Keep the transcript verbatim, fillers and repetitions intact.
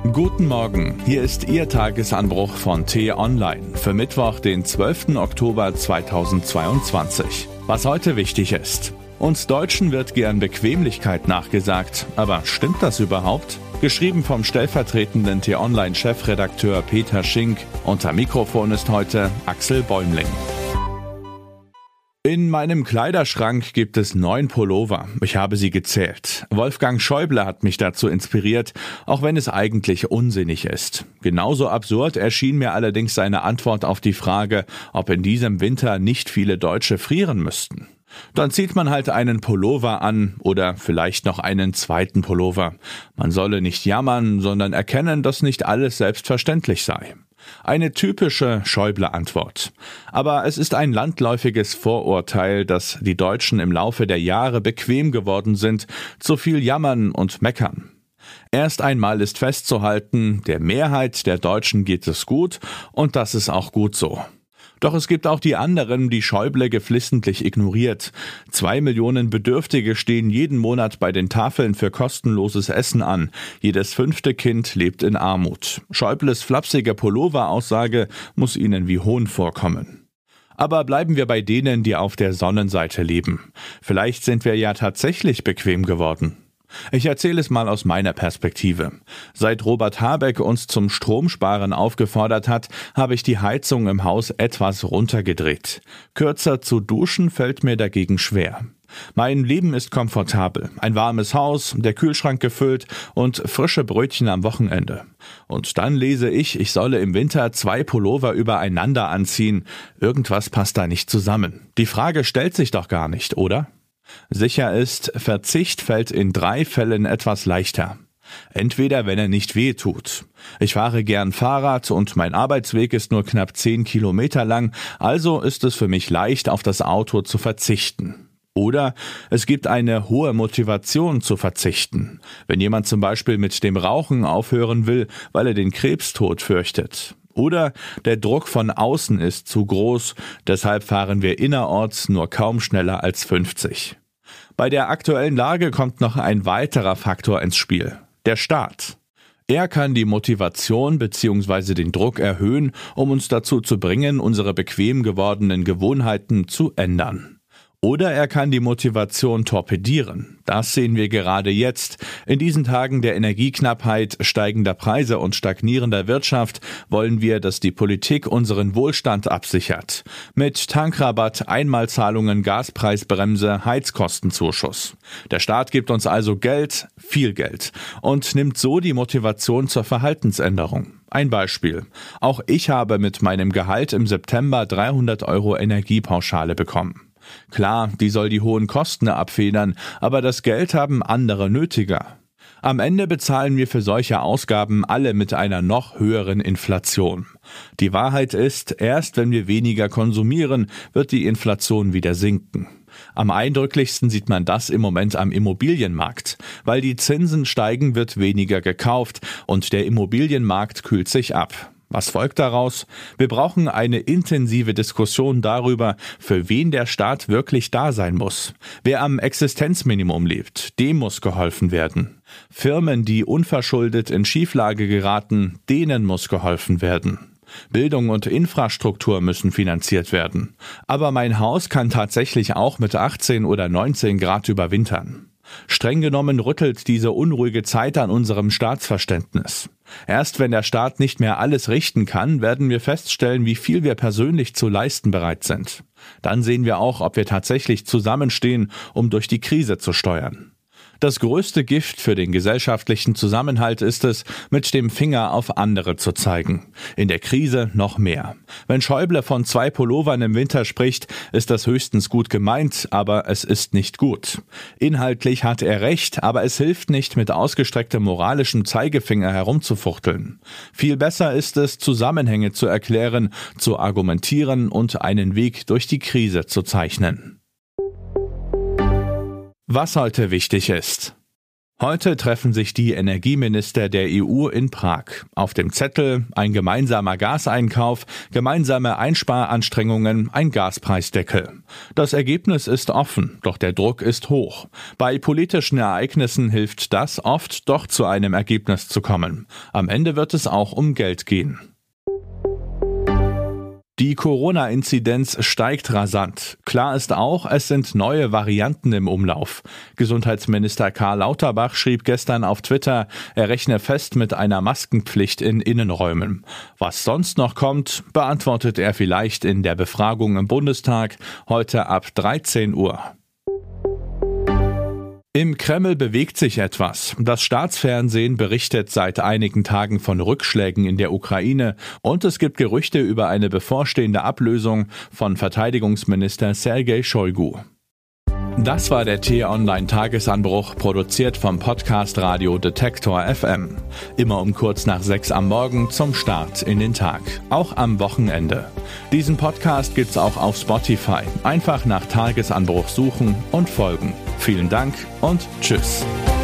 Guten Morgen, hier ist Ihr Tagesanbruch von T-Online für Mittwoch, den zwölften Oktober zweitausendzweiundzwanzig. Was heute wichtig ist. Uns Deutschen wird gern Bequemlichkeit nachgesagt, aber stimmt das überhaupt? Geschrieben vom stellvertretenden T-Online-Chefredakteur Peter Schink. Unter Mikrofon ist heute Axel Bäumling. In meinem Kleiderschrank gibt es neun Pullover. Ich habe sie gezählt. Wolfgang Schäuble hat mich dazu inspiriert, auch wenn es eigentlich unsinnig ist. Genauso absurd erschien mir allerdings seine Antwort auf die Frage, ob in diesem Winter nicht viele Deutsche frieren müssten. Dann zieht man halt einen Pullover an oder vielleicht noch einen zweiten Pullover. Man solle nicht jammern, sondern erkennen, dass nicht alles selbstverständlich sei. Eine typische Schäuble-Antwort. Aber es ist ein landläufiges Vorurteil, dass die Deutschen im Laufe der Jahre bequem geworden sind, zu viel jammern und meckern. Erst einmal ist festzuhalten, der Mehrheit der Deutschen geht es gut und das ist auch gut so. Doch es gibt auch die anderen, die Schäuble geflissentlich ignoriert. Zwei Millionen Bedürftige stehen jeden Monat bei den Tafeln für kostenloses Essen an. Jedes fünfte Kind lebt in Armut. Schäubles flapsige Pullover-Aussage muss ihnen wie Hohn vorkommen. Aber bleiben wir bei denen, die auf der Sonnenseite leben. Vielleicht sind wir ja tatsächlich bequem geworden. Ich erzähle es mal aus meiner Perspektive. Seit Robert Habeck uns zum Stromsparen aufgefordert hat, habe ich die Heizung im Haus etwas runtergedreht. Kürzer zu duschen fällt mir dagegen schwer. Mein Leben ist komfortabel. Ein warmes Haus, der Kühlschrank gefüllt und frische Brötchen am Wochenende. Und dann lese ich, ich solle im Winter zwei Pullover übereinander anziehen. Irgendwas passt da nicht zusammen. Die Frage stellt sich doch gar nicht, oder? Sicher ist, Verzicht fällt in drei Fällen etwas leichter. Entweder wenn er nicht weh tut. Ich fahre gern Fahrrad und mein Arbeitsweg ist nur knapp zehn Kilometer lang, also ist es für mich leicht, auf das Auto zu verzichten. Oder es gibt eine hohe Motivation zu verzichten. Wenn jemand zum Beispiel mit dem Rauchen aufhören will, weil er den Krebstod fürchtet. Oder der Druck von außen ist zu groß, deshalb fahren wir innerorts nur kaum schneller als fünfzig. Bei der aktuellen Lage kommt noch ein weiterer Faktor ins Spiel, der Staat. Er kann die Motivation bzw. den Druck erhöhen, um uns dazu zu bringen, unsere bequem gewordenen Gewohnheiten zu ändern. Oder er kann die Motivation torpedieren. Das sehen wir gerade jetzt. In diesen Tagen der Energieknappheit, steigender Preise und stagnierender Wirtschaft wollen wir, dass die Politik unseren Wohlstand absichert. Mit Tankrabatt, Einmalzahlungen, Gaspreisbremse, Heizkostenzuschuss. Der Staat gibt uns also Geld, viel Geld, und nimmt so die Motivation zur Verhaltensänderung. Ein Beispiel. Auch ich habe mit meinem Gehalt im September dreihundert Euro Energiepauschale bekommen. Klar, die soll die hohen Kosten abfedern, aber das Geld haben andere nötiger. Am Ende bezahlen wir für solche Ausgaben alle mit einer noch höheren Inflation. Die Wahrheit ist, erst wenn wir weniger konsumieren, wird die Inflation wieder sinken. Am eindrücklichsten sieht man das im Moment am Immobilienmarkt. Weil die Zinsen steigen, wird weniger gekauft und der Immobilienmarkt kühlt sich ab. Was folgt daraus? Wir brauchen eine intensive Diskussion darüber, für wen der Staat wirklich da sein muss. Wer am Existenzminimum lebt, dem muss geholfen werden. Firmen, die unverschuldet in Schieflage geraten, denen muss geholfen werden. Bildung und Infrastruktur müssen finanziert werden. Aber mein Haus kann tatsächlich auch mit achtzehn oder neunzehn Grad überwintern. Streng genommen rüttelt diese unruhige Zeit an unserem Staatsverständnis. Erst wenn der Staat nicht mehr alles richten kann, werden wir feststellen, wie viel wir persönlich zu leisten bereit sind. Dann sehen wir auch, ob wir tatsächlich zusammenstehen, um durch die Krise zu steuern. Das größte Gift für den gesellschaftlichen Zusammenhalt ist es, mit dem Finger auf andere zu zeigen. In der Krise noch mehr. Wenn Schäuble von zwei Pullovern im Winter spricht, ist das höchstens gut gemeint, aber es ist nicht gut. Inhaltlich hat er recht, aber es hilft nicht, mit ausgestrecktem moralischem Zeigefinger herumzufuchteln. Viel besser ist es, Zusammenhänge zu erklären, zu argumentieren und einen Weg durch die Krise zu zeichnen. Was heute wichtig ist. Heute treffen sich die Energieminister der E U in Prag. Auf dem Zettel ein gemeinsamer Gaseinkauf, gemeinsame Einsparanstrengungen, ein Gaspreisdeckel. Das Ergebnis ist offen, doch der Druck ist hoch. Bei politischen Ereignissen hilft das oft, doch zu einem Ergebnis zu kommen. Am Ende wird es auch um Geld gehen. Die Corona-Inzidenz steigt rasant. Klar ist auch, es sind neue Varianten im Umlauf. Gesundheitsminister Karl Lauterbach schrieb gestern auf Twitter, er rechne fest mit einer Maskenpflicht in Innenräumen. Was sonst noch kommt, beantwortet er vielleicht in der Befragung im Bundestag heute ab dreizehn Uhr. Im Kreml bewegt sich etwas. Das Staatsfernsehen berichtet seit einigen Tagen von Rückschlägen in der Ukraine und es gibt Gerüchte über eine bevorstehende Ablösung von Verteidigungsminister Sergei Shoigu. Das war der T-Online-Tagesanbruch, produziert vom Podcast Radio Detektor F M. Immer um kurz nach sechs am Morgen zum Start in den Tag, auch am Wochenende. Diesen Podcast gibt's auch auf Spotify. Einfach nach Tagesanbruch suchen und folgen. Vielen Dank und tschüss.